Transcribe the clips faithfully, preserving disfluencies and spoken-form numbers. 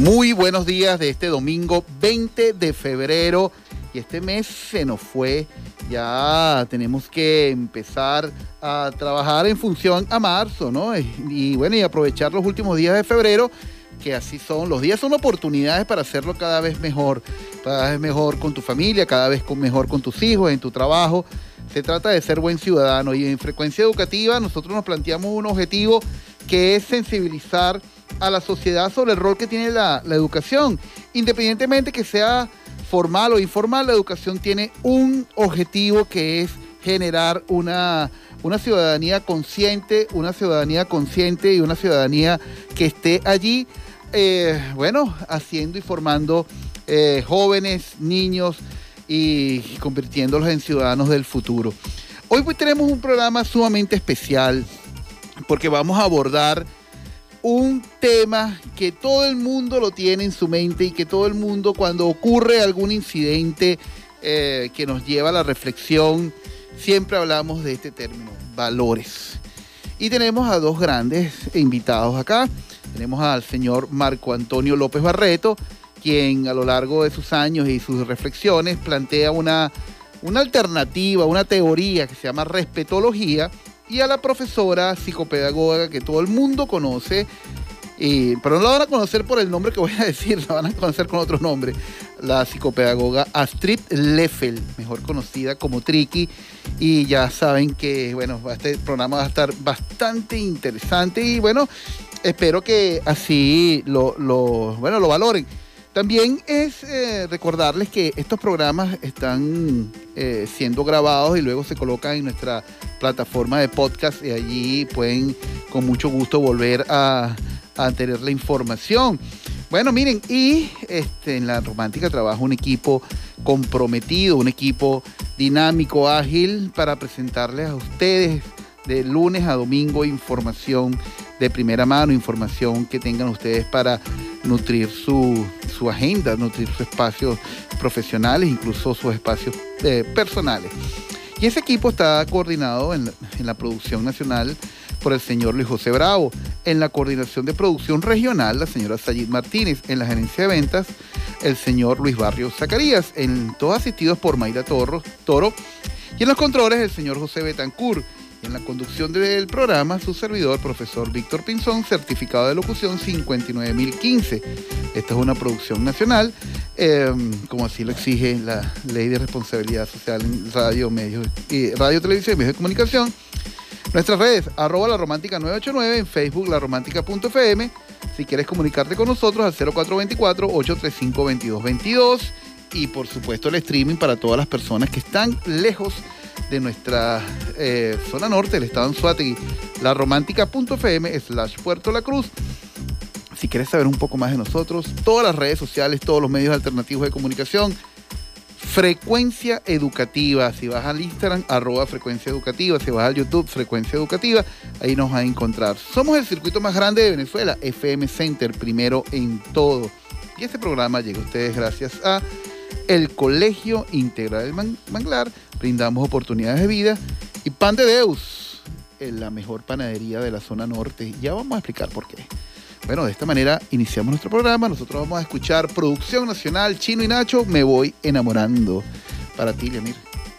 Muy buenos días de este domingo veinte de febrero y este mes se nos fue. Ya tenemos que empezar a trabajar en función a marzo, ¿no? Y, y bueno, y aprovechar los últimos días de febrero, que así son. Los días son oportunidades para hacerlo cada vez mejor, cada vez mejor con tu familia, cada vez con, mejor con tus hijos, en tu trabajo. Se trata de ser buen ciudadano y en Frecuencia Educativa nosotros nos planteamos un objetivo que es sensibilizar a la sociedad sobre el rol que tiene la, la educación. Independientemente que sea formal o informal, la educación tiene un objetivo que es generar una, una ciudadanía consciente, una ciudadanía consciente y una ciudadanía que esté allí, eh, bueno, haciendo y formando eh, jóvenes, niños y convirtiéndolos en ciudadanos del futuro. Hoy pues tenemos un programa sumamente especial porque vamos a abordar un tema que todo el mundo lo tiene en su mente y que todo el mundo, cuando ocurre algún incidente eh, que nos lleva a la reflexión, siempre hablamos de este término, valores. Y tenemos a dos grandes invitados acá. Tenemos al señor Marco Antonio López Barreto, quien a lo largo de sus años y sus reflexiones plantea una, una alternativa, una teoría que se llama respetología, y a la profesora psicopedagoga que todo el mundo conoce, y, pero no la van a conocer por el nombre que voy a decir, la van a conocer con otro nombre, la psicopedagoga Astrid Leffel, mejor conocida como Triqui, y ya saben que, bueno, este programa va a estar bastante interesante y, bueno, espero que así lo, lo, bueno, lo valoren. También es eh, recordarles que estos programas están eh, siendo grabados y luego se colocan en nuestra plataforma de podcast y allí pueden con mucho gusto volver a, a tener la información. Bueno, miren, y este, en La Romántica trabaja un equipo comprometido, un equipo dinámico, ágil, para presentarles a ustedes de lunes a domingo información de primera mano, información que tengan ustedes para nutrir su, su agenda, nutrir sus espacios profesionales, incluso sus espacios eh, personales. Y ese equipo está coordinado en la, en la producción nacional por el señor Luis José Bravo, en la coordinación de producción regional, la señora Sayid Martínez, en la gerencia de ventas, el señor Luis Barrios Zacarías, en todos asistidos por Mayra Toro, Toro, y en los controles el señor José Betancourt. En la conducción del programa, su servidor, profesor Víctor Pinzón, certificado de locución cincuenta y nueve mil quince. Esta es una producción nacional, eh, como así lo exige la Ley de Responsabilidad Social en Radio, medios, eh, radio, televisión y medios de comunicación. Nuestras redes, arroba la romántica nueve ocho nueve, en Facebook la romántica punto f m. Si quieres comunicarte con nosotros al cero cuatro dos cuatro, ocho tres cinco, dos dos dos dos. Y por supuesto el streaming para todas las personas que están lejos de nuestra eh, zona norte, el estado Anzoátegui, la romántica punto f m slash Puerto La Cruz. Si quieres saber un poco más de nosotros, todas las redes sociales, todos los medios alternativos de comunicación, Frecuencia Educativa. Si vas al Instagram, arroba Frecuencia Educativa. Si vas al YouTube, Frecuencia Educativa, ahí nos vas a encontrar. Somos el circuito más grande de Venezuela, F M Center, primero en todo. Y este programa llega a ustedes gracias a el Colegio Integral del Manglar. Brindamos oportunidades de vida. Y Pan de Deus, la mejor panadería de la zona norte. Ya vamos a explicar por qué. Bueno, de esta manera iniciamos nuestro programa. Nosotros vamos a escuchar Producción Nacional, Chino y Nacho, Me Voy Enamorando. Para ti, Lemir.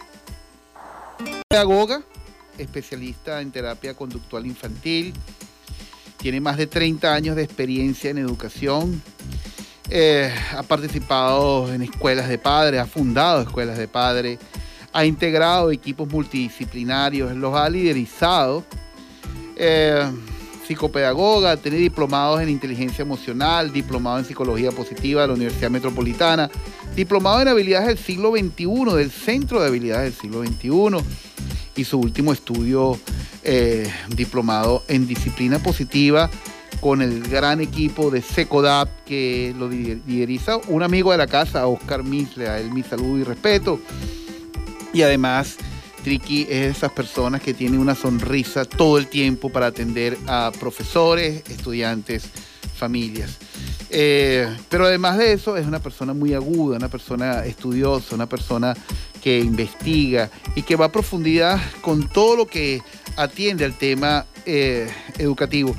Pedagoga, especialista en terapia conductual infantil. Tiene más de treinta años de experiencia en educación. Eh, ha participado en escuelas de padres, ha fundado escuelas de padres, ha integrado equipos multidisciplinarios, los ha liderizado. Eh, psicopedagoga, tiene diplomados en inteligencia emocional, diplomado en psicología positiva de la Universidad Metropolitana, diplomado en habilidades del siglo veintiuno, del Centro de Habilidades del siglo veintiuno, y su último estudio, eh, diplomado en disciplina positiva con el gran equipo de SECODAP, que lo lideriza un amigo de la casa, Oscar Misle, a él mi saludo y respeto. Y además, Triqui es de esas personas que tienen una sonrisa todo el tiempo para atender a profesores, estudiantes, familias. Eh, pero además de eso, es una persona muy aguda, una persona estudiosa, una persona que investiga y que va a profundidad con todo lo que atiende al tema eh, educativo.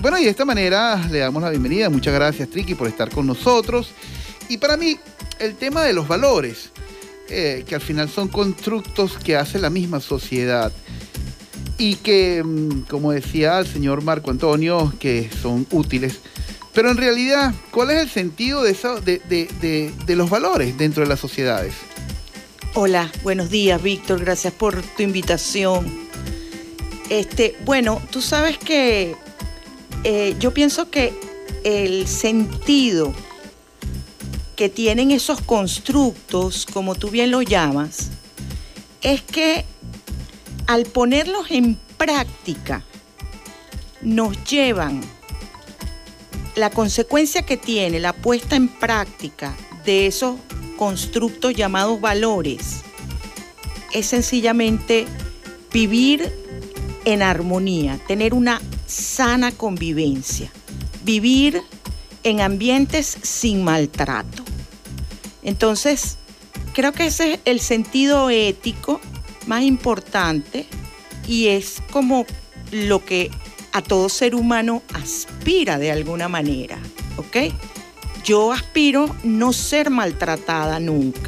Bueno, y de esta manera le damos la bienvenida. Muchas gracias, Triqui, por estar con nosotros. Y para mí, el tema de los valores, eh, que al final son constructos que hace la misma sociedad y que, como decía el señor Marco Antonio, que son útiles. Pero en realidad, ¿cuál es el sentido de, eso, de, de, de, de los valores dentro de las sociedades? Hola, buenos días, Víctor. Gracias por tu invitación. Este, bueno, tú sabes que eh, yo pienso que el sentido que tienen esos constructos, como tú bien lo llamas, es que al ponerlos en práctica nos llevan, la consecuencia que tiene la puesta en práctica de esos constructos llamados valores es sencillamente vivir en armonía, tener una sana convivencia, vivir en ambientes sin maltrato. Entonces, creo que ese es el sentido ético más importante y es como lo que a todo ser humano aspira de alguna manera, ¿ok? Yo aspiro no ser maltratada nunca.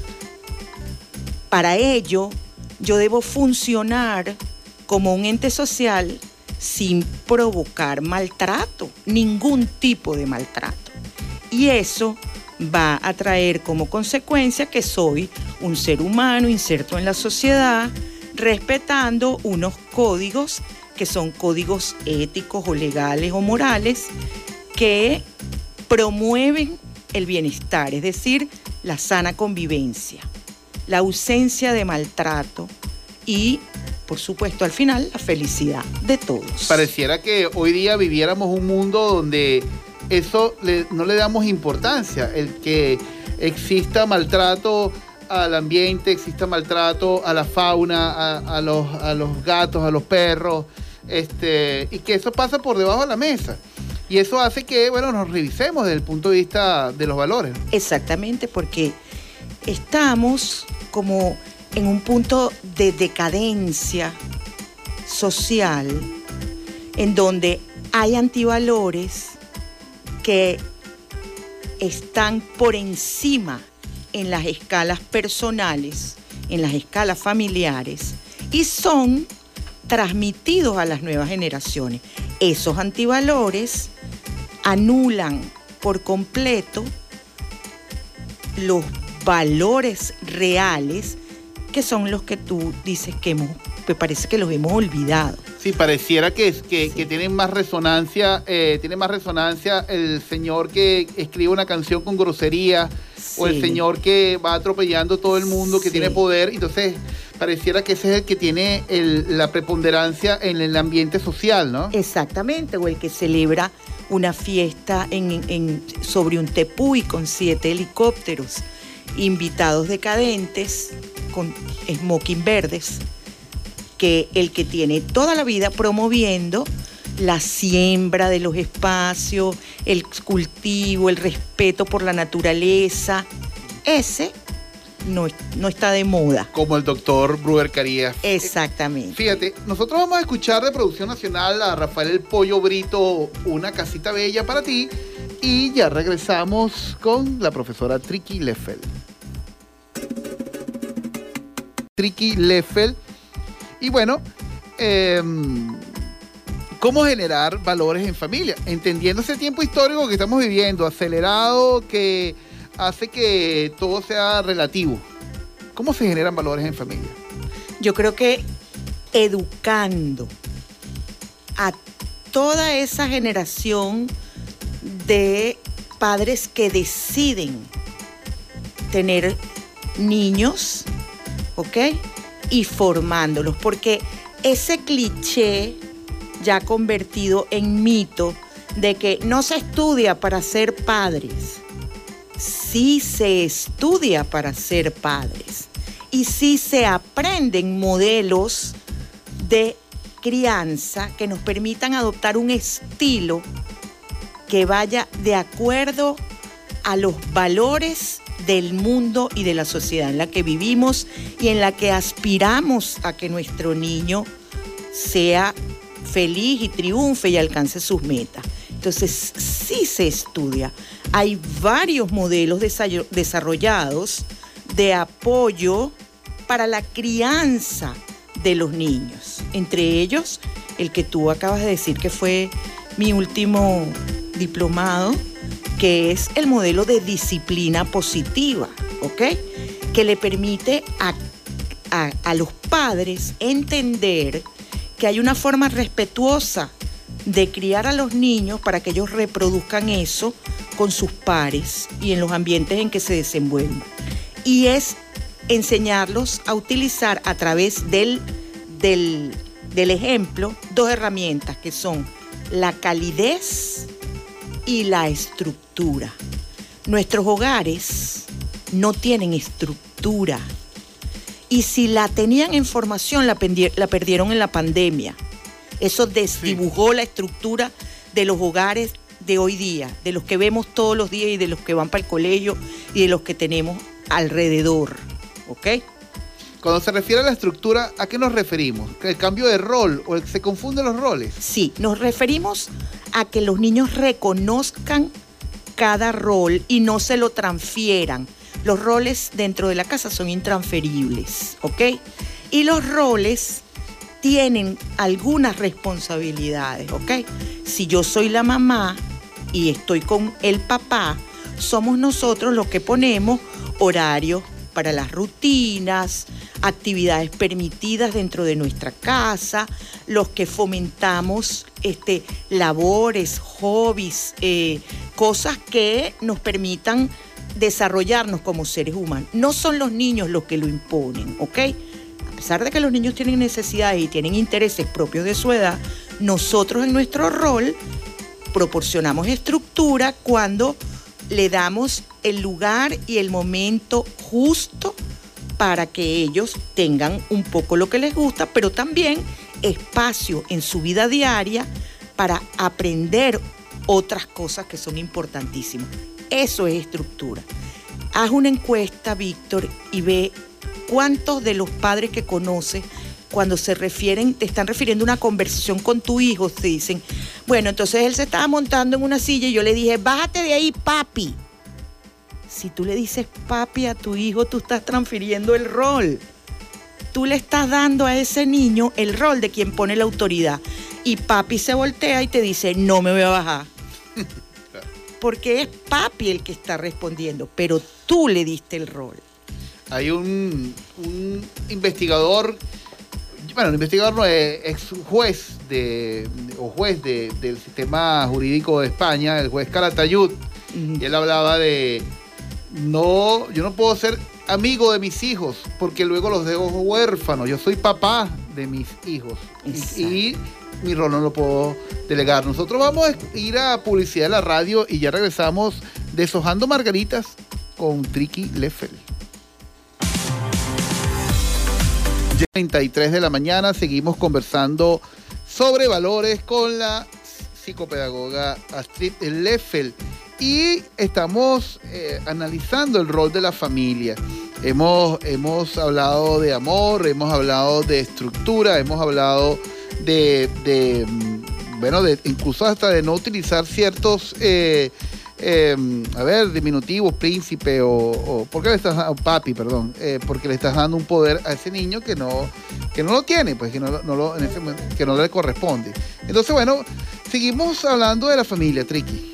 Para ello, yo debo funcionar como un ente social sin provocar maltrato, ningún tipo de maltrato. Y eso va a traer como consecuencia que soy un ser humano inserto en la sociedad, respetando unos códigos que son códigos éticos o legales o morales que promueven el bienestar, es decir, la sana convivencia, la ausencia de maltrato y, por supuesto, al final, la felicidad de todos. Pareciera que hoy día viviéramos un mundo donde eso le, no le damos importancia, el que exista maltrato al ambiente, exista maltrato a la fauna, a, a, los, a los gatos, a los perros, este, y que eso pasa por debajo de la mesa. Y eso hace que, bueno, nos revisemos desde el punto de vista de los valores. Exactamente, porque estamos como en un punto de decadencia social en donde hay antivalores que están por encima en las escalas personales, en las escalas familiares, y son transmitidos a las nuevas generaciones. Esos antivalores anulan por completo los valores reales, que son los que tú dices que hemos, me parece que los hemos olvidado. Sí, pareciera que, que, sí. que tienen más resonancia, eh, tiene más resonancia el señor que escribe una canción con grosería, sí, o el señor que va atropellando todo el mundo, que sí, tiene poder. Entonces, pareciera que ese es el que tiene el, la preponderancia en el ambiente social, ¿no? Exactamente, o el que celebra una fiesta en, en, sobre un tepuy con siete helicópteros, invitados decadentes con smoking verdes, que el que tiene toda la vida promoviendo la siembra de los espacios, el cultivo, el respeto por la naturaleza, ese no, no está de moda. Como el doctor Bruder Carías. Exactamente. Fíjate, nosotros vamos a escuchar de Producción Nacional a Rafael El Pollo Brito, Una Casita Bella para Ti, y ya regresamos con la profesora Triqui Leffel. Triqui Leffel. Y bueno, eh, ¿cómo generar valores en familia? Entendiendo ese tiempo histórico que estamos viviendo, acelerado, que hace que todo sea relativo. ¿Cómo se generan valores en familia? Yo creo que educando a toda esa generación de padres que deciden tener niños, ¿ok? Y formándolos, porque ese cliché ya convertido en mito de que no se estudia para ser padres, sí se estudia para ser padres y sí se aprenden modelos de crianza que nos permitan adoptar un estilo que vaya de acuerdo a los valores del mundo y de la sociedad en la que vivimos y en la que aspiramos a que nuestro niño sea feliz y triunfe y alcance sus metas. Entonces, sí se estudia. Hay varios modelos desarrollados de apoyo para la crianza de los niños. Entre ellos, el que tú acabas de decir que fue mi último diplomado, que es el modelo de disciplina positiva, ¿ok? Que le permite a, a, a los padres entender que hay una forma respetuosa de criar a los niños para que ellos reproduzcan eso con sus pares y en los ambientes en que se desenvuelvan. Y es enseñarlos a utilizar a través del, del, del ejemplo dos herramientas que son la calidez y la estructura. Nuestros hogares no tienen estructura y si la tenían en formación la, la perdieron en la pandemia. Eso desdibujó sí. la estructura de los hogares de hoy día, de los que vemos todos los días y de los que van para el colegio y de los que tenemos alrededor, ¿ok? Cuando se refiere a la estructura, ¿a qué nos referimos? ¿El cambio de rol o el, se confunden los roles? Sí, nos referimos a que los niños reconozcan cada rol y no se lo transfieran. Los roles dentro de la casa son intransferibles, ¿ok? Y los roles tienen algunas responsabilidades, ¿ok? Si yo soy la mamá y estoy con el papá, somos nosotros los que ponemos horarios para las rutinas, actividades permitidas dentro de nuestra casa, los que fomentamos este, labores, hobbies, eh, cosas que nos permitan desarrollarnos como seres humanos. No son los niños los que lo imponen, ¿ok? A pesar de que los niños tienen necesidades y tienen intereses propios de su edad, nosotros en nuestro rol proporcionamos estructura cuando le damos el lugar y el momento justo para que ellos tengan un poco lo que les gusta, pero también espacio en su vida diaria para aprender otras cosas que son importantísimas. Eso es estructura. Haz una encuesta, Víctor, y ve cuántos de los padres que conoces, cuando se refieren, te están refiriendo a una conversación con tu hijo, te dicen, bueno, entonces él se estaba montando en una silla y yo le dije, bájate de ahí, papi. Si tú le dices papi a tu hijo, tú estás transfiriendo el rol. Tú le estás dando a ese niño el rol de quien pone la autoridad. Y papi se voltea y te dice, no me voy a bajar. Porque es papi el que está respondiendo, pero tú le diste el rol. Hay un, un investigador, bueno, un investigador no es, es juez de, o juez de, del sistema jurídico de España, el juez Calatayud, uh-huh. y él hablaba de, no, yo no puedo ser amigo de mis hijos porque luego los dejo huérfanos, yo soy papá de mis hijos y, y mi rol no lo puedo delegar. Nosotros vamos a ir a publicidad de la radio y ya regresamos deshojando margaritas con Tricky Leffel. treinta y tres de la mañana, seguimos conversando sobre valores con la psicopedagoga Astrid Leffel y estamos eh, analizando el rol de la familia. Hemos, hemos hablado de amor, hemos hablado de estructura, hemos hablado de, de bueno, de, incluso hasta de no utilizar ciertos eh, Eh, a ver, diminutivos, príncipe o, o ¿por qué le estás dando, papi, perdón, eh, porque le estás dando un poder a ese niño que no, que no lo tiene, pues que no, no lo, en ese momento, que no le corresponde. Entonces, bueno, seguimos hablando de la familia, Tricky.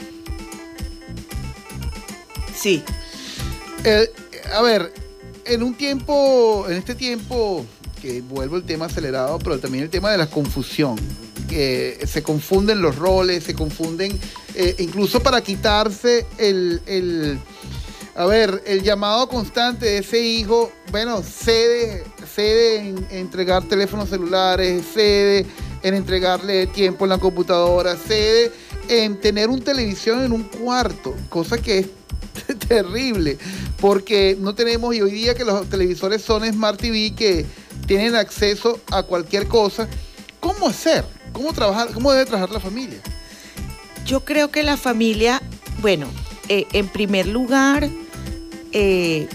Sí. Eh, a ver, en un tiempo, en este tiempo, que vuelvo el tema acelerado, pero también el tema de la confusión. Que se confunden los roles, se confunden, eh, incluso para quitarse el, el, a ver, el llamado constante de ese hijo, bueno, cede, cede en entregar teléfonos celulares, cede en entregarle tiempo en la computadora, cede en tener un televisión en un cuarto, cosa que es terrible, porque no tenemos, y hoy día que los televisores son Smart T V, que tienen acceso a cualquier cosa. ¿Cómo hacer? ¿Cómo trabajar? ¿Cómo debe trabajar la familia? Yo creo que la familia, bueno, eh, en primer lugar, eh,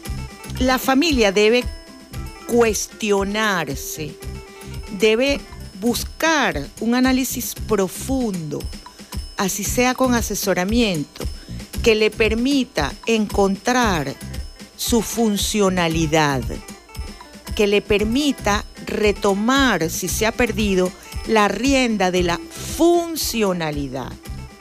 la familia debe cuestionarse, debe buscar un análisis profundo, así sea con asesoramiento, que le permita encontrar su funcionalidad, que le permita retomar, si se ha perdido, la rienda de la funcionalidad.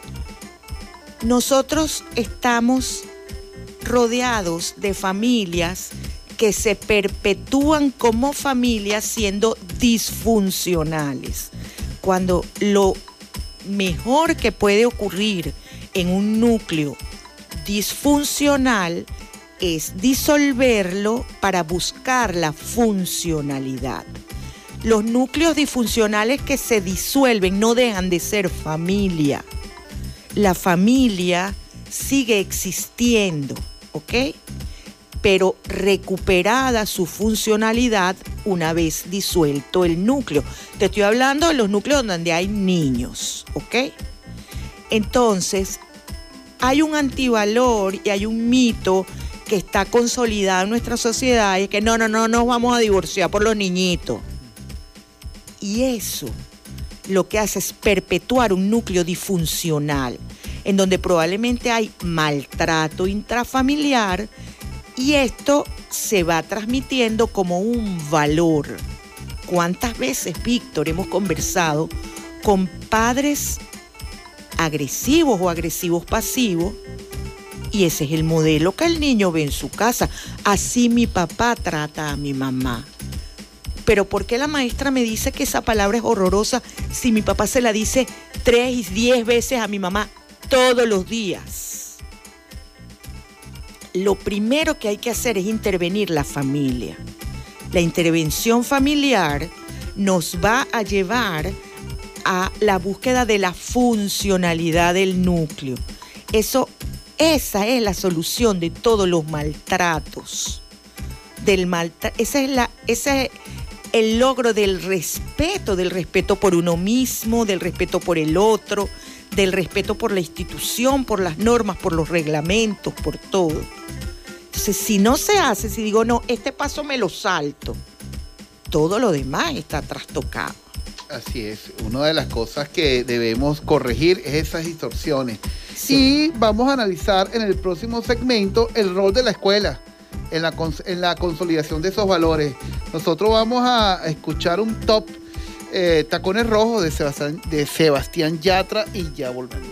Nosotros estamos rodeados de familias que se perpetúan como familias siendo disfuncionales, cuando lo mejor que puede ocurrir en un núcleo disfuncional es disolverlo para buscar la funcionalidad. Los núcleos disfuncionales que se disuelven no dejan de ser familia. La familia sigue existiendo, ¿ok? Pero recuperada su funcionalidad una vez disuelto el núcleo. Te estoy hablando de los núcleos donde hay niños, ¿ok? Entonces, hay un antivalor y hay un mito que está consolidado en nuestra sociedad y es que no, no, no nos vamos a divorciar por los niñitos. Y eso lo que hace es perpetuar un núcleo disfuncional en donde probablemente hay maltrato intrafamiliar y esto se va transmitiendo como un valor. ¿Cuántas veces, Víctor, hemos conversado con padres agresivos o agresivos pasivos? Y ese es el modelo que el niño ve en su casa. Así mi papá trata a mi mamá. Pero ¿por qué la maestra me dice que esa palabra es horrorosa si mi papá se la dice tres, diez veces a mi mamá todos los días? Lo primero que hay que hacer es intervenir la familia. La intervención familiar nos va a llevar a la búsqueda de la funcionalidad del núcleo. Eso, esa es la solución de todos los maltratos. Del maltra- esa es la, esa es el logro del respeto, del respeto por uno mismo, del respeto por el otro, del respeto por la institución, por las normas, por los reglamentos, por todo. Entonces, si no se hace, si digo, no, este paso me lo salto, todo lo demás está trastocado. Así es, una de las cosas que debemos corregir es esas distorsiones. Sí. Y vamos a analizar en el próximo segmento el rol de la escuela en la, cons- en la consolidación de esos valores. Nosotros vamos a escuchar un top eh, Tacones Rojos de Sebastián, de Sebastián Yatra y ya volvemos.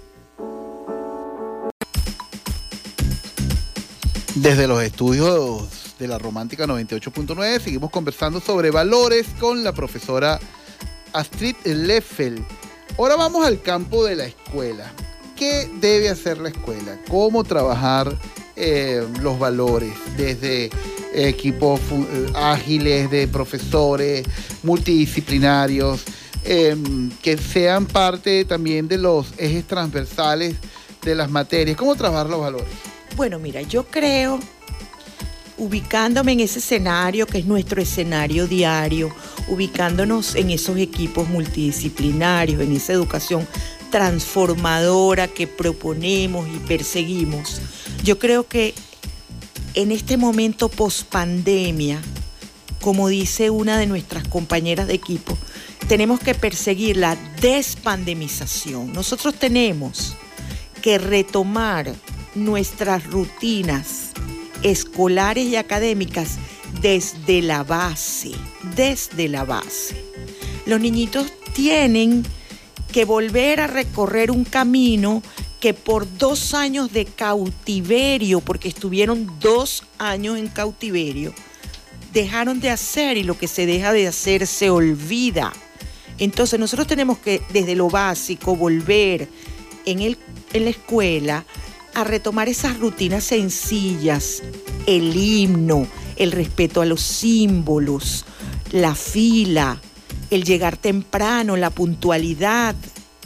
Desde los estudios de la Romántica noventa y ocho punto nueve seguimos conversando sobre valores con la profesora Astrid Leffel. Ahora vamos al campo de la escuela. ¿Qué debe hacer la escuela? ¿Cómo trabajar eh, los valores? Desde eh, equipos eh, ágiles de profesores, multidisciplinarios, eh, que sean parte también de los ejes transversales de las materias. ¿Cómo trabajar los valores? Bueno, mira, yo creo, ubicándome en ese escenario que es nuestro escenario diario, ubicándonos en esos equipos multidisciplinarios, en esa educación transformadora que proponemos y perseguimos, yo creo que en este momento pospandemia, como dice una de nuestras compañeras de equipo, tenemos que perseguir la despandemización. Nosotros tenemos que retomar nuestras rutinas escolares y académicas desde la base, desde la base. Los niñitos tienen que volver a recorrer un camino que por dos años de cautiverio, porque estuvieron dos años en cautiverio, dejaron de hacer, y lo que se deja de hacer se olvida. Entonces nosotros tenemos que desde lo básico volver en, el, en la escuela a retomar esas rutinas sencillas, el himno, el respeto a los símbolos, la fila, el llegar temprano, la puntualidad,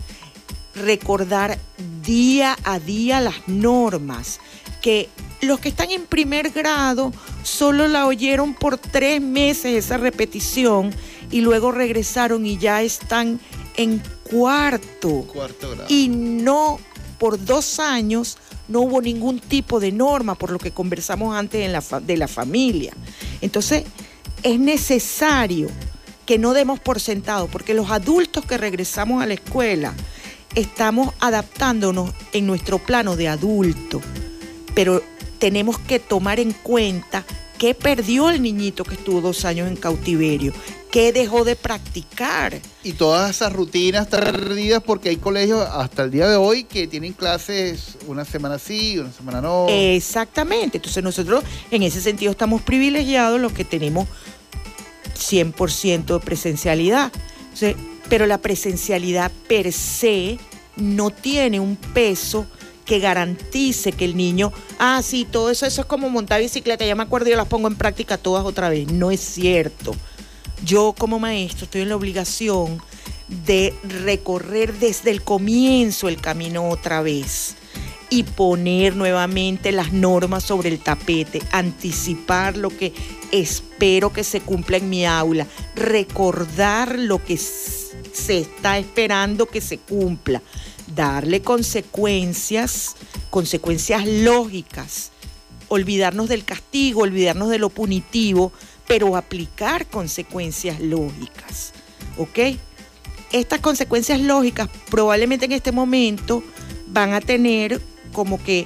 recordar día a día las normas, que los que están en primer grado solo la oyeron por tres meses esa repetición y luego regresaron y ya están en cuarto. Cuarto grado. Y no, por dos años no hubo ningún tipo de norma, por lo que conversamos antes en la fa- de la familia. Entonces, es necesario que no demos por sentado, porque los adultos que regresamos a la escuela estamos adaptándonos en nuestro plano de adulto, pero tenemos que tomar en cuenta qué perdió el niñito que estuvo dos años en cautiverio, qué dejó de practicar. Y todas esas rutinas perdidas, porque hay colegios hasta el día de hoy que tienen clases una semana sí, una semana no. Exactamente, entonces nosotros en ese sentido estamos privilegiados los que tenemos cien por ciento de presencialidad. Entonces, pero la presencialidad per se no tiene un peso que garantice que el niño, ah, sí, todo eso, eso es como montar bicicleta, ya me acuerdo, yo las pongo en práctica todas otra vez. No es cierto. Yo como maestro estoy en la obligación de recorrer desde el comienzo el camino otra vez y poner nuevamente las normas sobre el tapete, anticipar lo que espero que se cumpla en mi aula, recordar lo que se está esperando que se cumpla, darle consecuencias, consecuencias lógicas, olvidarnos del castigo, olvidarnos de lo punitivo, pero aplicar consecuencias lógicas, ¿ok? Estas consecuencias lógicas probablemente en este momento van a tener como que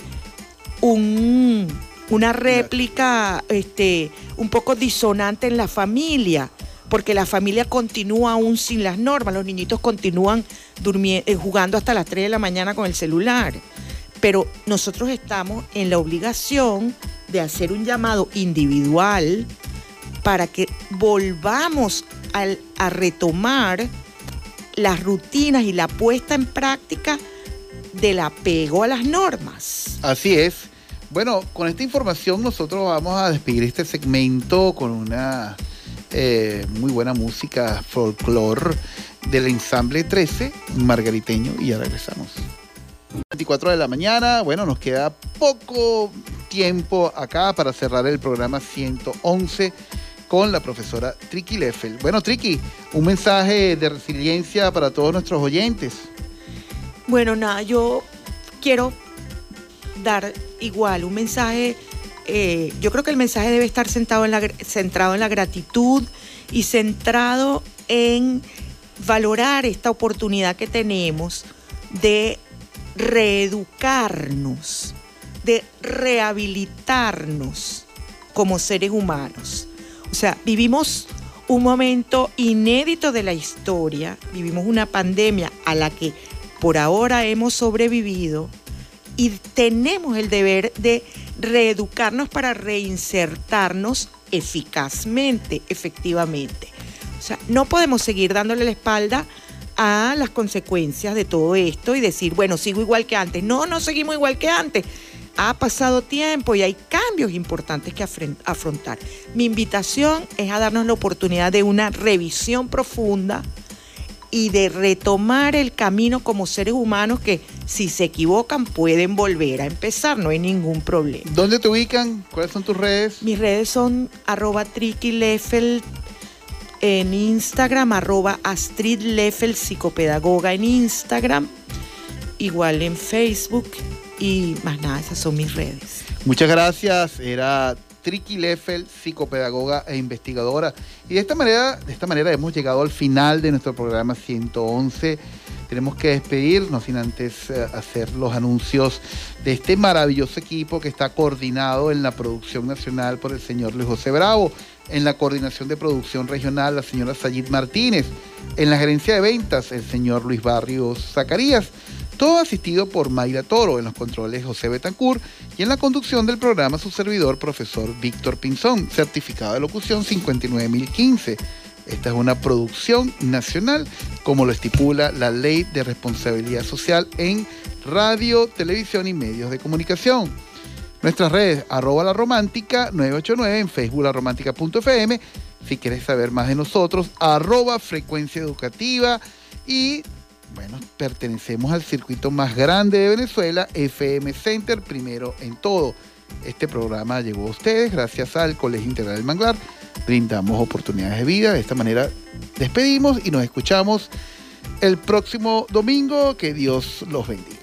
un, una réplica este, un poco disonante en la familia, porque la familia continúa aún sin las normas, los niñitos continúan durmiendo, jugando hasta las tres de la mañana con el celular, pero nosotros estamos en la obligación de hacer un llamado individual para que volvamos a, a retomar las rutinas y la puesta en práctica del apego a las normas. Así es. Bueno, con esta información nosotros vamos a despedir este segmento con una eh, muy buena música folclore del ensamble trece, margariteño, y ya regresamos. veinticuatro de la mañana, bueno, nos queda poco tiempo acá para cerrar el programa ciento once con la profesora Triqui Leffel. Bueno, Triqui, un mensaje de resiliencia para todos nuestros oyentes. Bueno, nada, yo quiero dar igual un mensaje, eh, yo creo que el mensaje debe estar centrado en, la, centrado en la gratitud y centrado en valorar esta oportunidad que tenemos de reeducarnos, de rehabilitarnos como seres humanos. O sea, vivimos un momento inédito de la historia, vivimos una pandemia a la que por ahora hemos sobrevivido y tenemos el deber de reeducarnos para reinsertarnos eficazmente, efectivamente. O sea, no podemos seguir dándole la espalda a las consecuencias de todo esto y decir, bueno, sigo igual que antes. No, no seguimos igual que antes. Ha pasado tiempo y hay cambios importantes que afrontar. Mi invitación es a darnos la oportunidad de una revisión profunda y de retomar el camino como seres humanos que si se equivocan pueden volver a empezar, no hay ningún problema. ¿Dónde te ubican? ¿Cuáles son tus redes? Mis redes son arroba Triqui Leffel en Instagram, arroba Astrid Leffel psicopedagoga en Instagram, igual en Facebook y más nada, esas son mis redes. Muchas gracias, era Triqui Leffel, psicopedagoga e investigadora. Y de esta manera, de esta manera hemos llegado al final de nuestro programa ciento once. Tenemos que despedirnos sin antes eh, hacer los anuncios de este maravilloso equipo que está coordinado en la producción nacional por el señor Luis José Bravo, en la coordinación de producción regional la señora Sayid Martínez, en la gerencia de ventas el señor Luis Barrios Zacarías, todo asistido por Mayra Toro, en los controles José Betancourt y en la conducción del programa su servidor profesor Víctor Pinzón, certificado de locución cincuenta y nueve mil quince. Esta es una producción nacional, como lo estipula la Ley de Responsabilidad Social en radio, televisión y medios de comunicación. Nuestras redes, arroba la romántica nueve ocho nueve, en Facebook la romántica punto f m. Si quieres saber más de nosotros, arroba frecuencia educativa. Y bueno, pertenecemos al circuito más grande de Venezuela, F M Center, primero en todo. Este programa llegó a ustedes gracias al Colegio Integral del Manglar. Brindamos oportunidades de vida. De esta manera despedimos y nos escuchamos el próximo domingo. Que Dios los bendiga.